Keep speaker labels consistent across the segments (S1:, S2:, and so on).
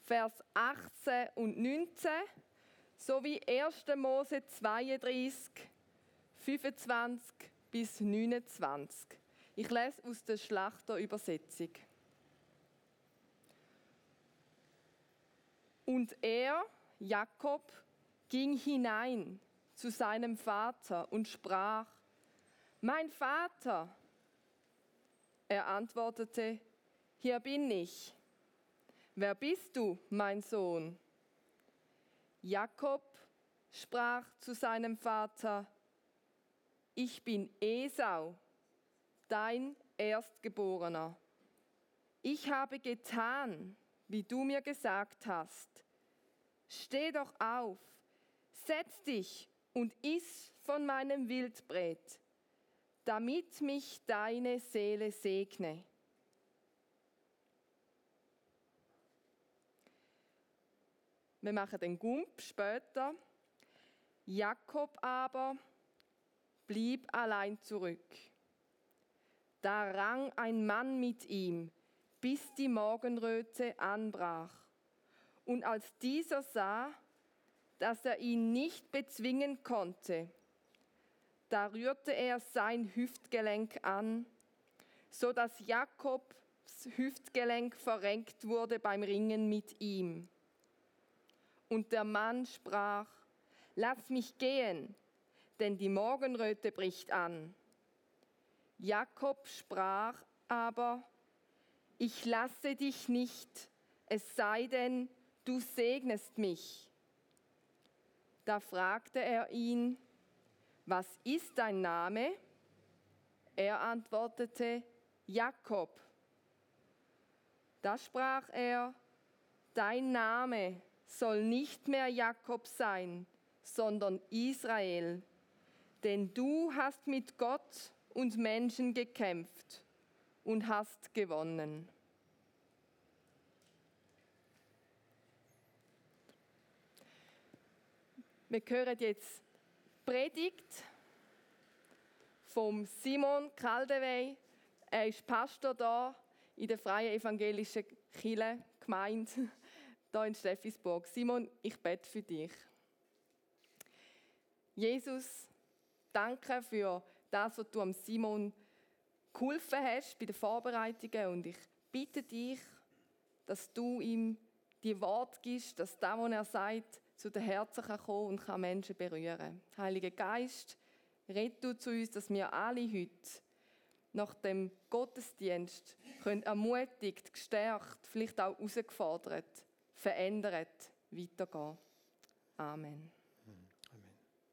S1: Vers 18 und 19, sowie 1. Mose 32, 25 bis 29. Ich lese aus der Schlachterübersetzung. Und er, Jakob, ging hinein zu seinem Vater und sprach: Mein Vater! Er antwortete: Hier bin ich. Wer bist du, mein Sohn? Jakob sprach zu seinem Vater: Ich bin Esau, dein Erstgeborener. Ich habe getan, wie du mir gesagt hast. Steh doch auf, setz dich und iss von meinem Wildbret, damit mich deine Seele segne. Wir machen den Gump später. Jakob aber blieb allein zurück. Da rang ein Mann mit ihm, bis die Morgenröte anbrach. Und als dieser sah, dass er ihn nicht bezwingen konnte, da rührte er sein Hüftgelenk an, so dass Jakobs Hüftgelenk verrenkt wurde beim Ringen mit ihm. Und der Mann sprach: Lass mich gehen, denn die Morgenröte bricht an. Jakob sprach aber: Ich lasse dich nicht, es sei denn, du segnest mich. Da fragte er ihn: Was ist dein Name? Er antwortete: Jakob. Da sprach er: Dein Name soll nicht mehr Jakob sein, sondern Israel, denn du hast mit Gott und Menschen gekämpft und hast gewonnen. Wir hören jetzt Predigt vom Simon Kaldewey. Er ist Pastor da in der Freien Evangelischen Kirche, Gemeinde, hier in Steffisburg. Simon, ich bete für dich. Jesus, danke für das, was du am Simon geholfen hast bei den Vorbereitungen. Und ich bitte dich, dass du ihm die Worte gibst, dass das, was er sagt, zu den Herzen kommen kann und kann Menschen berühren. Heiliger Geist, red du zu uns, dass wir alle heute nach dem Gottesdienst können ermutigt, gestärkt, vielleicht auch herausgefordert, verändert weitergehen. Amen.
S2: Amen.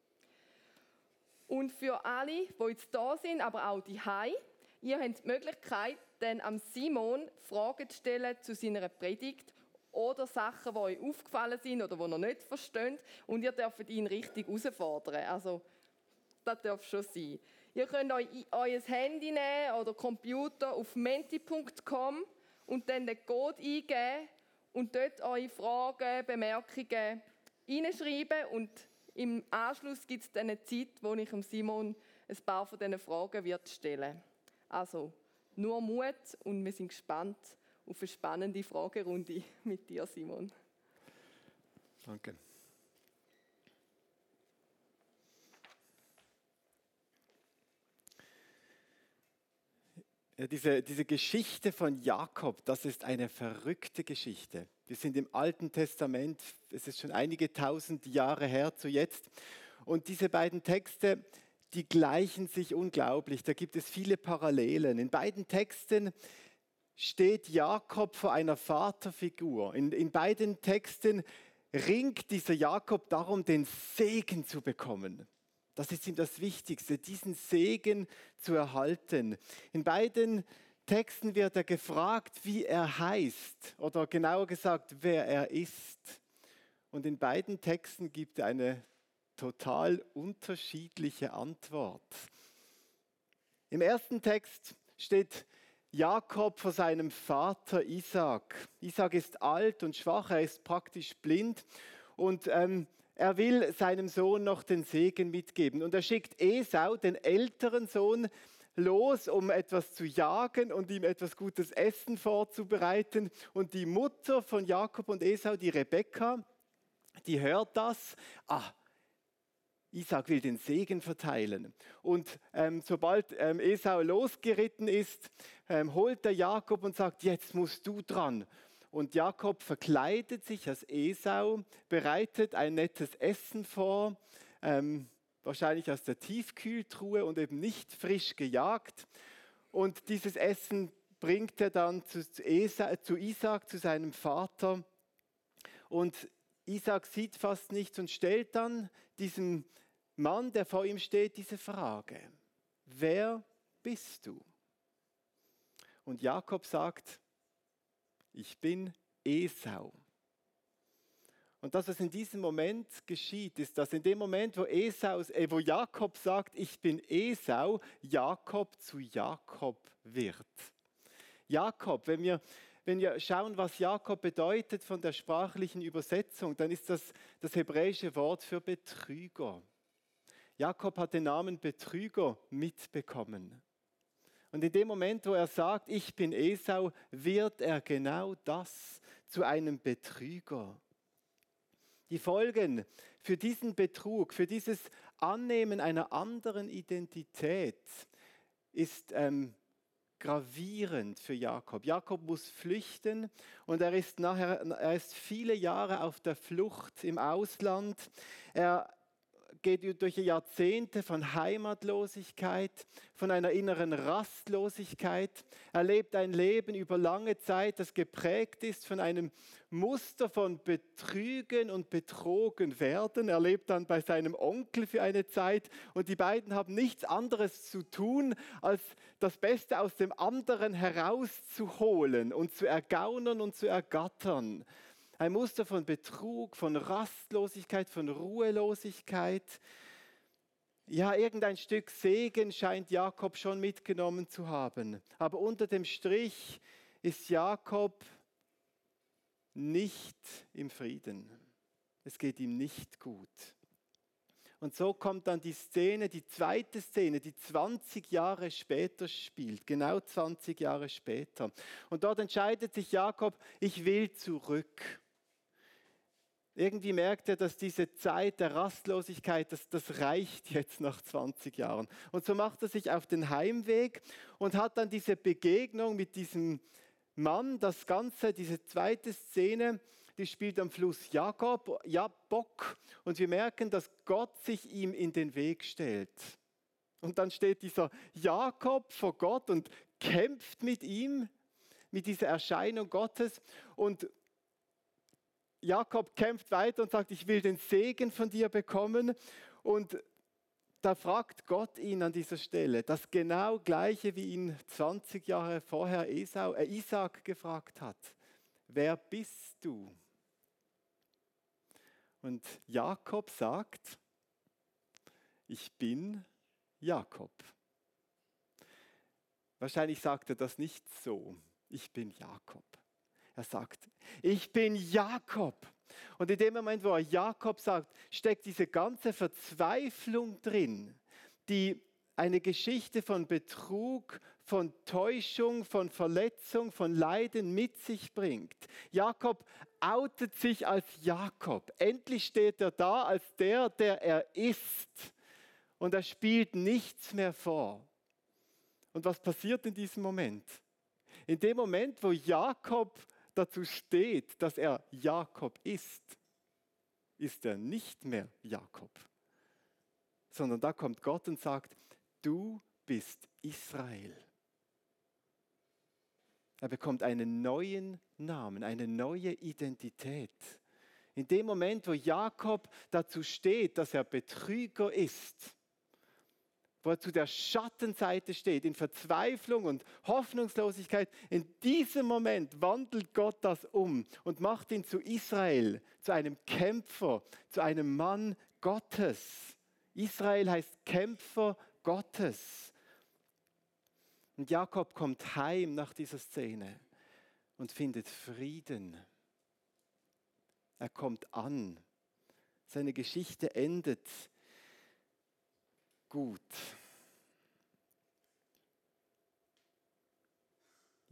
S1: Und für alle, die jetzt da sind, aber auch die ihr habt die Möglichkeit, dann am Simon Fragen zu stellen zu seiner Predigt oder Sachen, die euch aufgefallen sind oder die ihr nicht versteht. Und ihr dürft ihn richtig herausfordern. Also, das darf schon sein. Ihr könnt euer Handy nehmen oder Computer auf menti.com und dann den Code eingeben und dort eure Fragen, Bemerkungen hineinschreiben. Und im Anschluss gibt es dann eine Zeit, wo ich Simon ein paar von diesen Fragen stellen werde. Also, nur Mut und wir sind gespannt auf eine spannende Fragerunde mit dir, Simon.
S2: Danke. Ja, diese Geschichte von Jakob, das ist eine verrückte Geschichte. Wir sind im Alten Testament, es ist schon einige tausend Jahre her zu jetzt. Und diese beiden Texte, die gleichen sich unglaublich. Da gibt es viele Parallelen. In beiden Texten steht Jakob vor einer Vaterfigur. In beiden Texten ringt dieser Jakob darum, den Segen zu bekommen. Das ist ihm das Wichtigste, diesen Segen zu erhalten. In beiden Texten wird er gefragt, wie er heißt oder genauer gesagt, wer er ist. Und in beiden Texten gibt er eine total unterschiedliche Antwort. Im ersten Text steht Jakob vor seinem Vater Isaak. Isaak ist alt und schwach, er ist praktisch blind und er will seinem Sohn noch den Segen mitgeben. Und er schickt Esau, den älteren Sohn, los, um etwas zu jagen und ihm etwas gutes Essen vorzubereiten. Und die Mutter von Jakob und Esau, die Rebekka, die hört das. Isaac will den Segen verteilen. Und sobald Esau losgeritten ist, holt der Jakob und sagt, jetzt musst du dran. Und Jakob verkleidet sich als Esau, bereitet ein nettes Essen vor, wahrscheinlich aus der Tiefkühltruhe und eben nicht frisch gejagt. Und dieses Essen bringt er dann zu Isaac, zu seinem Vater. Und Isaac sieht fast nichts und stellt dann diesem Mann, der vor ihm steht, diese Frage: Wer bist du? Und Jakob sagt: Ich bin Esau. Und das, was in diesem Moment geschieht, ist, dass in dem Moment, wo Jakob sagt, ich bin Esau, Jakob zu Jakob wird. Jakob, wenn wir schauen, was Jakob bedeutet von der sprachlichen Übersetzung, dann ist das hebräische Wort für Betrüger. Jakob hat den Namen Betrüger mitbekommen. Und in dem Moment, wo er sagt, ich bin Esau, wird er genau das, zu einem Betrüger. Die Folgen für diesen Betrug, für dieses Annehmen einer anderen Identität ist gravierend für Jakob. Jakob muss flüchten und er ist viele Jahre auf der Flucht im Ausland. Er geht durch Jahrzehnte von Heimatlosigkeit, von einer inneren Rastlosigkeit. Er lebt ein Leben über lange Zeit, das geprägt ist von einem Muster von Betrügen und Betrogen werden. Er lebt dann bei seinem Onkel für eine Zeit und die beiden haben nichts anderes zu tun, als das Beste aus dem anderen herauszuholen und zu ergaunern und zu ergattern. Ein Muster von Betrug, von Rastlosigkeit, von Ruhelosigkeit. Ja, irgendein Stück Segen scheint Jakob schon mitgenommen zu haben. Aber unter dem Strich ist Jakob nicht im Frieden. Es geht ihm nicht gut. Und so kommt dann die Szene, die zweite Szene, die 20 Jahre später spielt. Genau 20 Jahre später. Und dort entscheidet sich Jakob, ich will zurück. Irgendwie merkt er, dass diese Zeit der Rastlosigkeit, das reicht jetzt nach 20 Jahren. Und so macht er sich auf den Heimweg und hat dann diese Begegnung mit diesem Mann. Das Ganze, diese zweite Szene, die spielt am Fluss Jabbok. Und wir merken, dass Gott sich ihm in den Weg stellt. Und dann steht dieser Jakob vor Gott und kämpft mit ihm, mit dieser Erscheinung Gottes. Und Jakob kämpft weiter und sagt, ich will den Segen von dir bekommen. Und da fragt Gott ihn an dieser Stelle, das genau Gleiche, wie ihn 20 Jahre vorher Isaac gefragt hat. Wer bist du? Und Jakob sagt, ich bin Jakob. Wahrscheinlich sagt er das nicht so, ich bin Jakob. Er sagt, ich bin Jakob. Und in dem Moment, wo er Jakob sagt, steckt diese ganze Verzweiflung drin, die eine Geschichte von Betrug, von Täuschung, von Verletzung, von Leiden mit sich bringt. Jakob outet sich als Jakob. Endlich steht er da als der er ist. Und er spielt nichts mehr vor. Und was passiert in diesem Moment? In dem Moment, wo Jakob dazu steht, dass er Jakob ist er nicht mehr Jakob. Sondern da kommt Gott und sagt, du bist Israel. Er bekommt einen neuen Namen, eine neue Identität. In dem Moment, wo Jakob dazu steht, dass er Betrüger ist, wo er zu der Schattenseite steht, in Verzweiflung und Hoffnungslosigkeit, in diesem Moment wandelt Gott das um und macht ihn zu Israel, zu einem Kämpfer, zu einem Mann Gottes. Israel heißt Kämpfer Gottes. Und Jakob kommt heim nach dieser Szene und findet Frieden. Er kommt an. Seine Geschichte endet gut.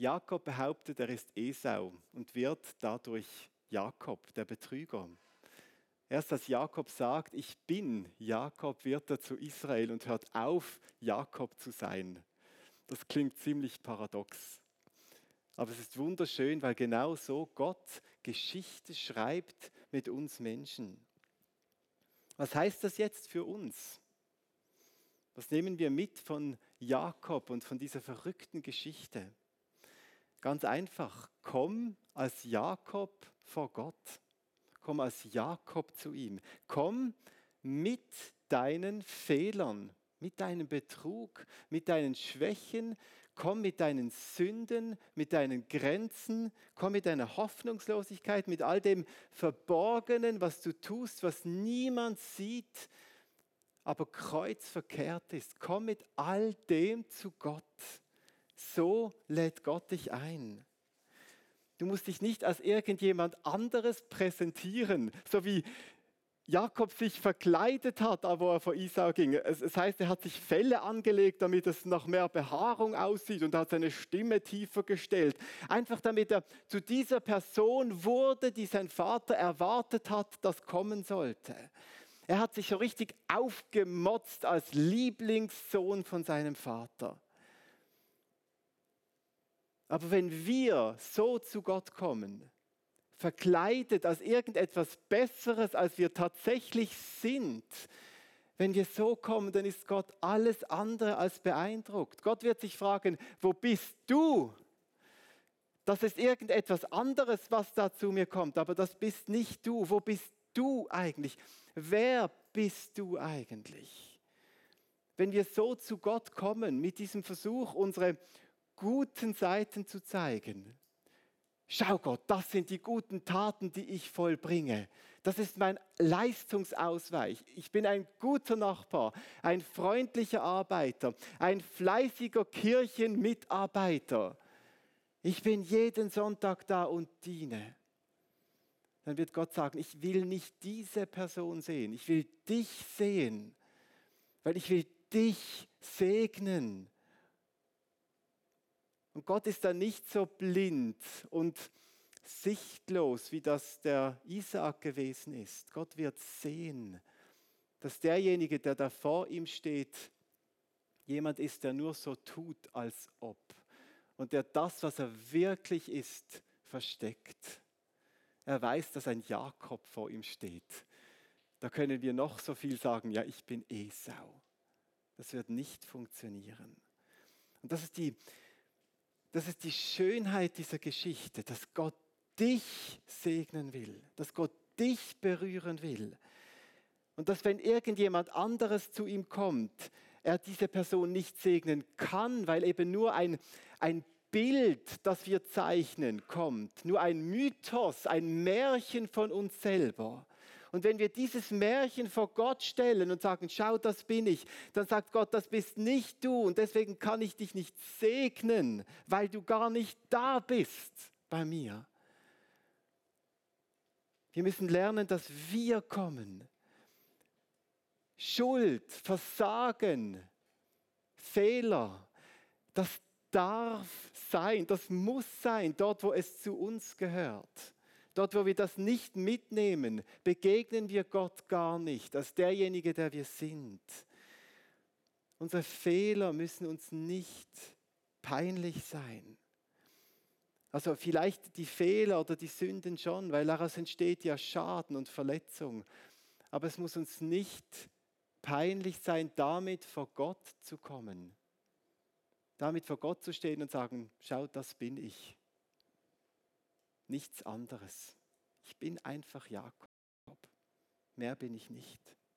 S2: Jakob behauptet, er ist Esau und wird dadurch Jakob, der Betrüger. Erst als Jakob sagt, ich bin Jakob, wird er zu Israel und hört auf, Jakob zu sein. Das klingt ziemlich paradox. Aber es ist wunderschön, weil genau so Gott Geschichte schreibt mit uns Menschen. Was heißt das jetzt für uns? Was nehmen wir mit von Jakob und von dieser verrückten Geschichte? Ganz einfach, komm als Jakob vor Gott. Komm als Jakob zu ihm. Komm mit deinen Fehlern, mit deinem Betrug, mit deinen Schwächen. Komm mit deinen Sünden, mit deinen Grenzen. Komm mit deiner Hoffnungslosigkeit, mit all dem Verborgenen, was du tust, was niemand sieht, aber kreuzverkehrt ist. Komm mit all dem zu Gott. So lädt Gott dich ein. Du musst dich nicht als irgendjemand anderes präsentieren, so wie Jakob sich verkleidet hat, wo er vor Esau ging. Es heißt, er hat sich Felle angelegt, damit es nach mehr Behaarung aussieht und hat seine Stimme tiefer gestellt. Einfach damit er zu dieser Person wurde, die sein Vater erwartet hat, das kommen sollte. Er hat sich so richtig aufgemotzt als Lieblingssohn von seinem Vater. Aber wenn wir so zu Gott kommen, verkleidet als irgendetwas Besseres, als wir tatsächlich sind, wenn wir so kommen, dann ist Gott alles andere als beeindruckt. Gott wird sich fragen, wo bist du? Das ist irgendetwas anderes, was da zu mir kommt, aber das bist nicht du. Wo bist du eigentlich? Wer bist du eigentlich? Wenn wir so zu Gott kommen, mit diesem Versuch, unsere guten Seiten zu zeigen. Schau Gott, das sind die guten Taten, die ich vollbringe. Das ist mein Leistungsausweis. Ich bin ein guter Nachbar, ein freundlicher Arbeiter, ein fleißiger Kirchenmitarbeiter. Ich bin jeden Sonntag da und diene. Dann wird Gott sagen, ich will nicht diese Person sehen, ich will dich sehen, weil ich will dich segnen. Und Gott ist dann nicht so blind und sichtlos, wie das der Isaak gewesen ist. Gott wird sehen, dass derjenige, der da vor ihm steht, jemand ist, der nur so tut, als ob. Und der das, was er wirklich ist, versteckt. Er weiß, dass ein Jakob vor ihm steht. Da können wir noch so viel sagen, ja, ich bin Esau. Das wird nicht funktionieren. Und das ist die Schönheit dieser Geschichte, dass Gott dich segnen will, dass Gott dich berühren will. Und dass, wenn irgendjemand anderes zu ihm kommt, er diese Person nicht segnen kann, weil eben nur ein Bild, das wir zeichnen, kommt. Nur ein Mythos, ein Märchen von uns selber. Und wenn wir dieses Märchen vor Gott stellen und sagen, schau, das bin ich, dann sagt Gott, das bist nicht du und deswegen kann ich dich nicht segnen, weil du gar nicht da bist bei mir. Wir müssen lernen, dass wir kommen. Schuld, Versagen, Fehler, das darf sein, das muss sein, dort wo es zu uns gehört. Dort, wo wir das nicht mitnehmen, begegnen wir Gott gar nicht als derjenige, der wir sind. Unsere Fehler müssen uns nicht peinlich sein. Also vielleicht die Fehler oder die Sünden schon, weil daraus entsteht ja Schaden und Verletzung. Aber es muss uns nicht peinlich sein, damit vor Gott zu kommen. Damit vor Gott zu stehen und sagen, schau, das bin ich. Nichts anderes. Ich bin einfach Jakob. Mehr bin ich nicht.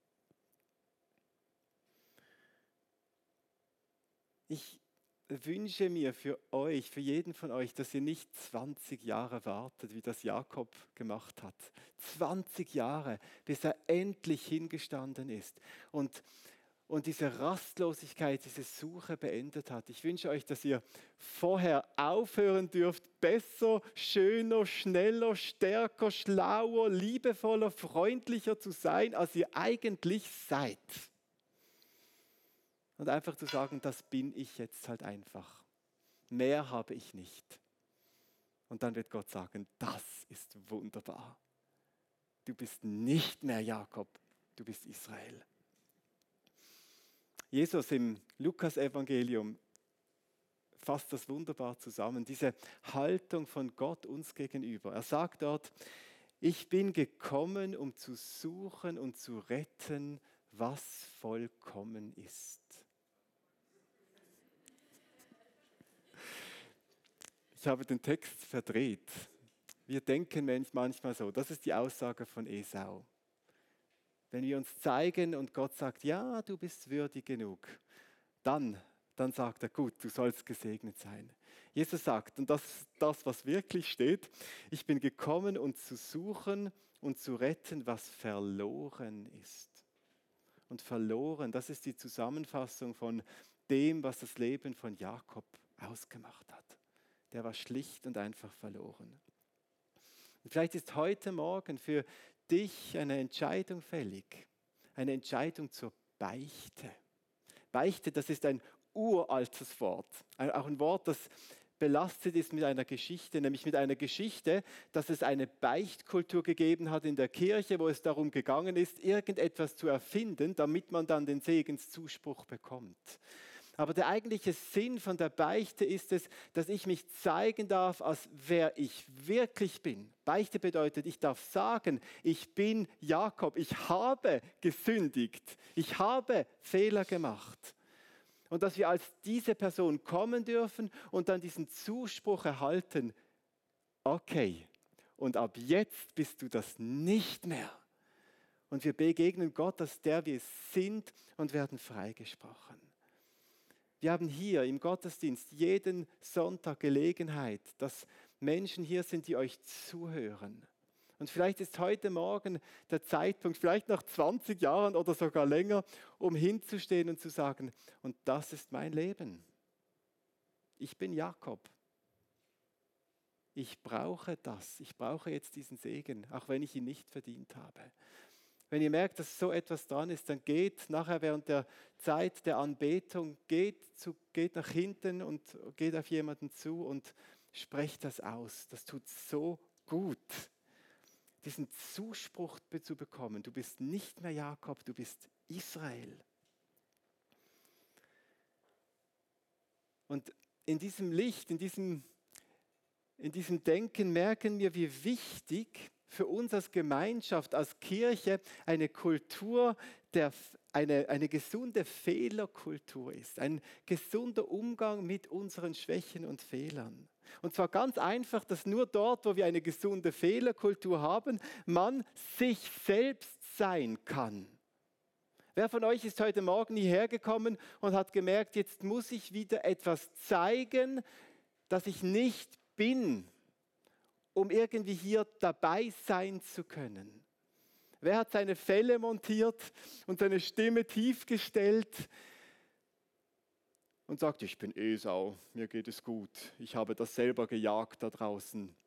S2: Ich wünsche mir für euch, für jeden von euch, dass ihr nicht 20 Jahre wartet, wie das Jakob gemacht hat. 20 Jahre, bis er endlich hingestanden ist und diese Rastlosigkeit, diese Suche beendet hat. Ich wünsche euch, dass ihr vorher aufhören dürft, besser, schöner, schneller, stärker, schlauer, liebevoller, freundlicher zu sein, als ihr eigentlich seid. Und einfach zu sagen, das bin ich jetzt halt einfach. mehr habe ich nicht. Und dann wird Gott sagen, das ist wunderbar. Du bist nicht mehr Jakob, du bist Israel. Jesus im Lukas-Evangelium fasst das wunderbar zusammen, diese Haltung von Gott uns gegenüber. Er sagt dort, ich bin gekommen, um zu suchen und zu retten, was vollkommen ist. Ich habe den Text verdreht. Wir denken manchmal so, das ist die Aussage von Esau. Wenn wir uns zeigen und Gott sagt, ja, du bist würdig genug, dann sagt er, gut, du sollst gesegnet sein. Jesus sagt, und das ist das, was wirklich steht, ich bin gekommen, um zu suchen und zu retten, was verloren ist. Und verloren, das ist die Zusammenfassung von dem, was das Leben von Jakob ausgemacht hat. Der war schlicht und einfach verloren. Und vielleicht ist heute Morgen für dich eine Entscheidung fällig. Eine Entscheidung zur Beichte. Beichte, das ist ein uraltes Wort. Auch ein Wort, das belastet ist mit einer Geschichte, nämlich mit einer Geschichte, dass es eine Beichtkultur gegeben hat in der Kirche, wo es darum gegangen ist, irgendetwas zu erfinden, damit man dann den Segenszuspruch bekommt. Aber der eigentliche Sinn von der Beichte ist es, dass ich mich zeigen darf, als wer ich wirklich bin. Beichte bedeutet, ich darf sagen, ich bin Jakob, ich habe gesündigt, ich habe Fehler gemacht. Und dass wir als diese Person kommen dürfen und dann diesen Zuspruch erhalten, okay, und ab jetzt bist du das nicht mehr. Und wir begegnen Gott als der wir sind und werden freigesprochen. Wir haben hier im Gottesdienst jeden Sonntag Gelegenheit, dass Menschen hier sind, die euch zuhören. Und vielleicht ist heute Morgen der Zeitpunkt, vielleicht nach 20 Jahren oder sogar länger, um hinzustehen und zu sagen, und das ist mein Leben. Ich bin Jakob. Ich brauche das. Ich brauche jetzt diesen Segen, auch wenn ich ihn nicht verdient habe. Wenn ihr merkt, dass so etwas dran ist, dann geht nachher während der Zeit der Anbetung, geht nach hinten und geht auf jemanden zu und sprecht das aus. Das tut so gut, diesen Zuspruch zu bekommen. Du bist nicht mehr Jakob, du bist Israel. Und in diesem Licht, in diesem Denken merken wir, wie wichtig für uns als Gemeinschaft, als Kirche eine Kultur, eine gesunde Fehlerkultur ist. Ein gesunder Umgang mit unseren Schwächen und Fehlern. Und zwar ganz einfach, dass nur dort, wo wir eine gesunde Fehlerkultur haben, man sich selbst sein kann. Wer von euch ist heute Morgen hierher gekommen und hat gemerkt, jetzt muss ich wieder etwas zeigen, das ich nicht bin, um irgendwie hier dabei sein zu können? Wer hat seine Felle montiert und seine Stimme tief gestellt und sagt, ich bin Esau, mir geht es gut, ich habe das selber gejagt da draußen.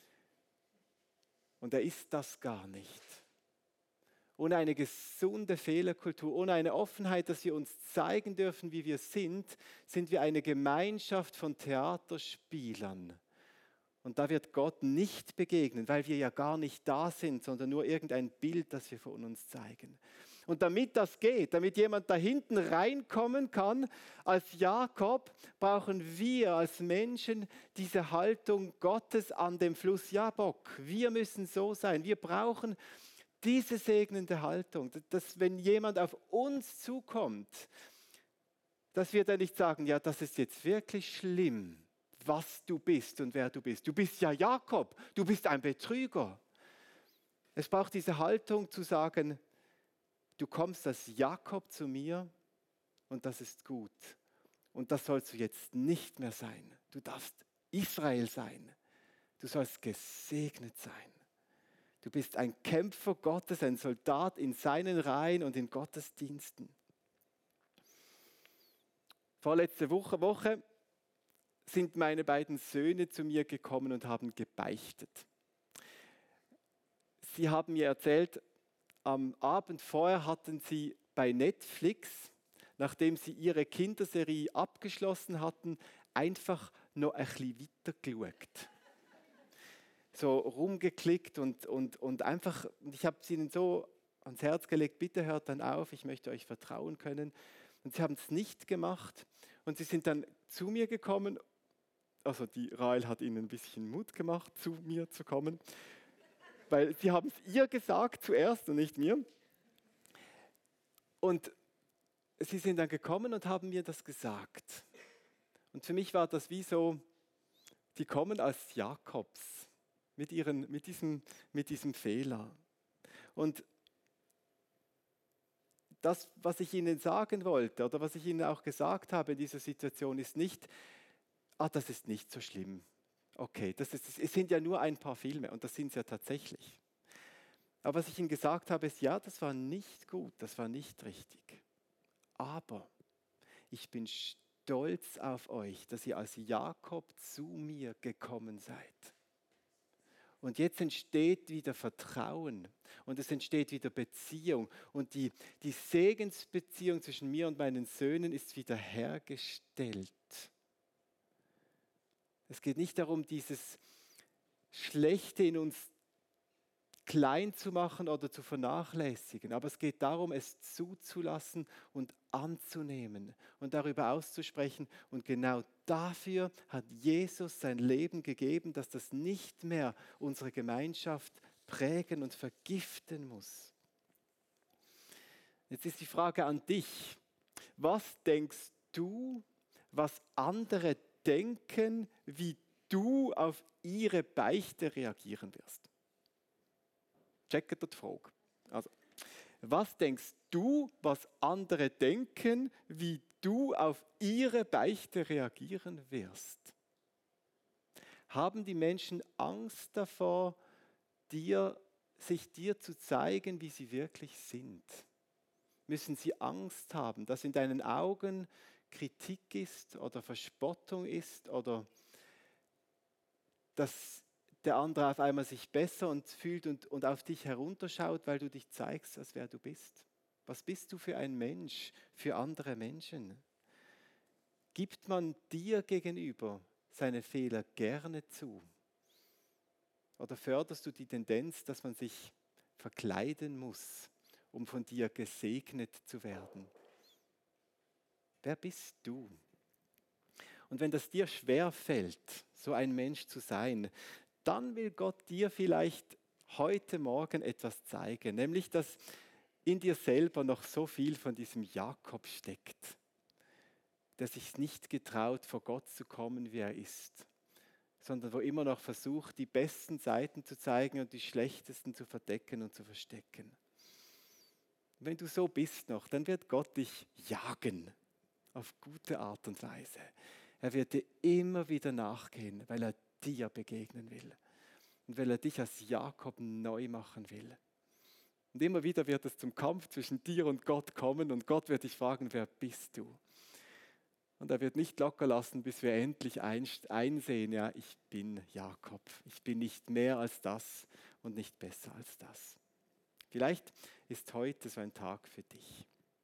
S2: Und er ist das gar nicht. Ohne eine gesunde Fehlerkultur, ohne eine Offenheit, dass wir uns zeigen dürfen, wie wir sind wir eine Gemeinschaft von Theaterspielern. Und da wird Gott nicht begegnen, weil wir ja gar nicht da sind, sondern nur irgendein Bild, das wir von uns zeigen. Und damit das geht, damit jemand da hinten reinkommen kann, als Jakob, brauchen wir als Menschen diese Haltung Gottes an dem Fluss Jabok. Wir müssen so sein. Wir brauchen diese segnende Haltung, dass wenn jemand auf uns zukommt, dass wir dann nicht sagen, ja, das ist jetzt wirklich schlimm, was du bist und wer du bist. Du bist ja Jakob, du bist ein Betrüger. Es braucht diese Haltung zu sagen, du kommst als Jakob zu mir und das ist gut. Und das sollst du jetzt nicht mehr sein. Du darfst Israel sein. Du sollst gesegnet sein. Du bist ein Kämpfer Gottes, ein Soldat in seinen Reihen und in Gottes Diensten. Vorletzte Woche sind meine beiden Söhne zu mir gekommen und haben gebeichtet. Sie haben mir erzählt, am Abend vorher hatten sie bei Netflix, nachdem sie ihre Kinderserie abgeschlossen hatten, einfach noch ein bisschen weiter geschaut. So rumgeklickt und einfach, ich habe es ihnen so ans Herz gelegt, bitte hört dann auf, ich möchte euch vertrauen können. Und sie haben es nicht gemacht und sie sind dann zu mir gekommen, also die Rahel hat ihnen ein bisschen Mut gemacht, zu mir zu kommen, weil sie haben es ihr gesagt zuerst und nicht mir. Und sie sind dann gekommen und haben mir das gesagt. Und für mich war das wie so, die kommen als Jakobs mit diesem Fehler. Und das, was ich ihnen sagen wollte oder was ich ihnen auch gesagt habe in dieser Situation, ist nicht, das ist nicht so schlimm. Okay, es sind ja nur ein paar Filme und das sind es ja tatsächlich. Aber was ich ihnen gesagt habe, ist, ja, das war nicht gut, das war nicht richtig. Aber ich bin stolz auf euch, dass ihr als Jakob zu mir gekommen seid. Und jetzt entsteht wieder Vertrauen und es entsteht wieder Beziehung. Und die Segensbeziehung zwischen mir und meinen Söhnen ist wieder hergestellt. Es geht nicht darum, dieses Schlechte in uns klein zu machen oder zu vernachlässigen, aber es geht darum, es zuzulassen und anzunehmen und darüber auszusprechen. Und genau dafür hat Jesus sein Leben gegeben, dass das nicht mehr unsere Gemeinschaft prägen und vergiften muss. Jetzt ist die Frage an dich. Was denkst du, was andere denken, wie du auf ihre Beichte reagieren wirst? Checkt die Frage. Also, was denkst du, was andere denken, wie du auf ihre Beichte reagieren wirst? Haben die Menschen Angst davor, sich dir zu zeigen, wie sie wirklich sind? Müssen sie Angst haben, dass in deinen Augen Kritik ist oder Verspottung ist oder dass der andere auf einmal sich besser fühlt und auf dich herunterschaut, weil du dich zeigst, als wer du bist? Was bist du für ein Mensch für andere Menschen? Gibt man dir gegenüber seine Fehler gerne zu? Oder förderst du die Tendenz, dass man sich verkleiden muss, um von dir gesegnet zu werden? Wer bist du? Und wenn das dir schwer fällt, so ein Mensch zu sein, dann will Gott dir vielleicht heute Morgen etwas zeigen, nämlich dass in dir selber noch so viel von diesem Jakob steckt, der sich nicht getraut, vor Gott zu kommen, wie er ist, sondern wo immer noch versucht, die besten Seiten zu zeigen und die schlechtesten zu verdecken und zu verstecken. Und wenn du so bist noch, dann wird Gott dich jagen, auf gute Art und Weise. Er wird dir immer wieder nachgehen, weil er dir begegnen will und weil er dich als Jakob neu machen will. Und immer wieder wird es zum Kampf zwischen dir und Gott kommen und Gott wird dich fragen, wer bist du? Und er wird nicht locker lassen, bis wir endlich einsehen, ja, ich bin Jakob. Ich bin nicht mehr als das und nicht besser als das. Vielleicht ist heute so ein Tag für dich.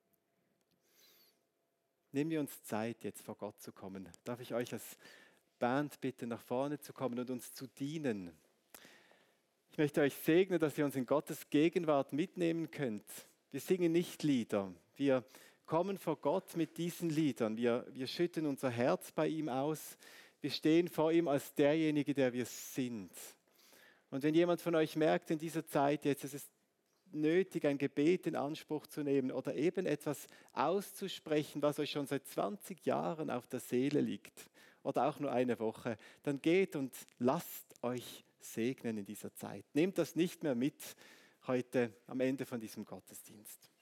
S2: Nehmen wir uns Zeit, jetzt vor Gott zu kommen. Darf ich euch als Band bitten, nach vorne zu kommen und uns zu dienen? Ich möchte euch segnen, dass ihr uns in Gottes Gegenwart mitnehmen könnt. Wir singen nicht Lieder. Wir kommen vor Gott mit diesen Liedern. Wir schütten unser Herz bei ihm aus. Wir stehen vor ihm als derjenige, der wir sind. Und wenn jemand von euch merkt in dieser Zeit jetzt, es ist nötig, ein Gebet in Anspruch zu nehmen oder eben etwas auszusprechen, was euch schon seit 20 Jahren auf der Seele liegt oder auch nur eine Woche, dann geht und lasst euch segnen in dieser Zeit. Nehmt das nicht mehr mit heute am Ende von diesem Gottesdienst.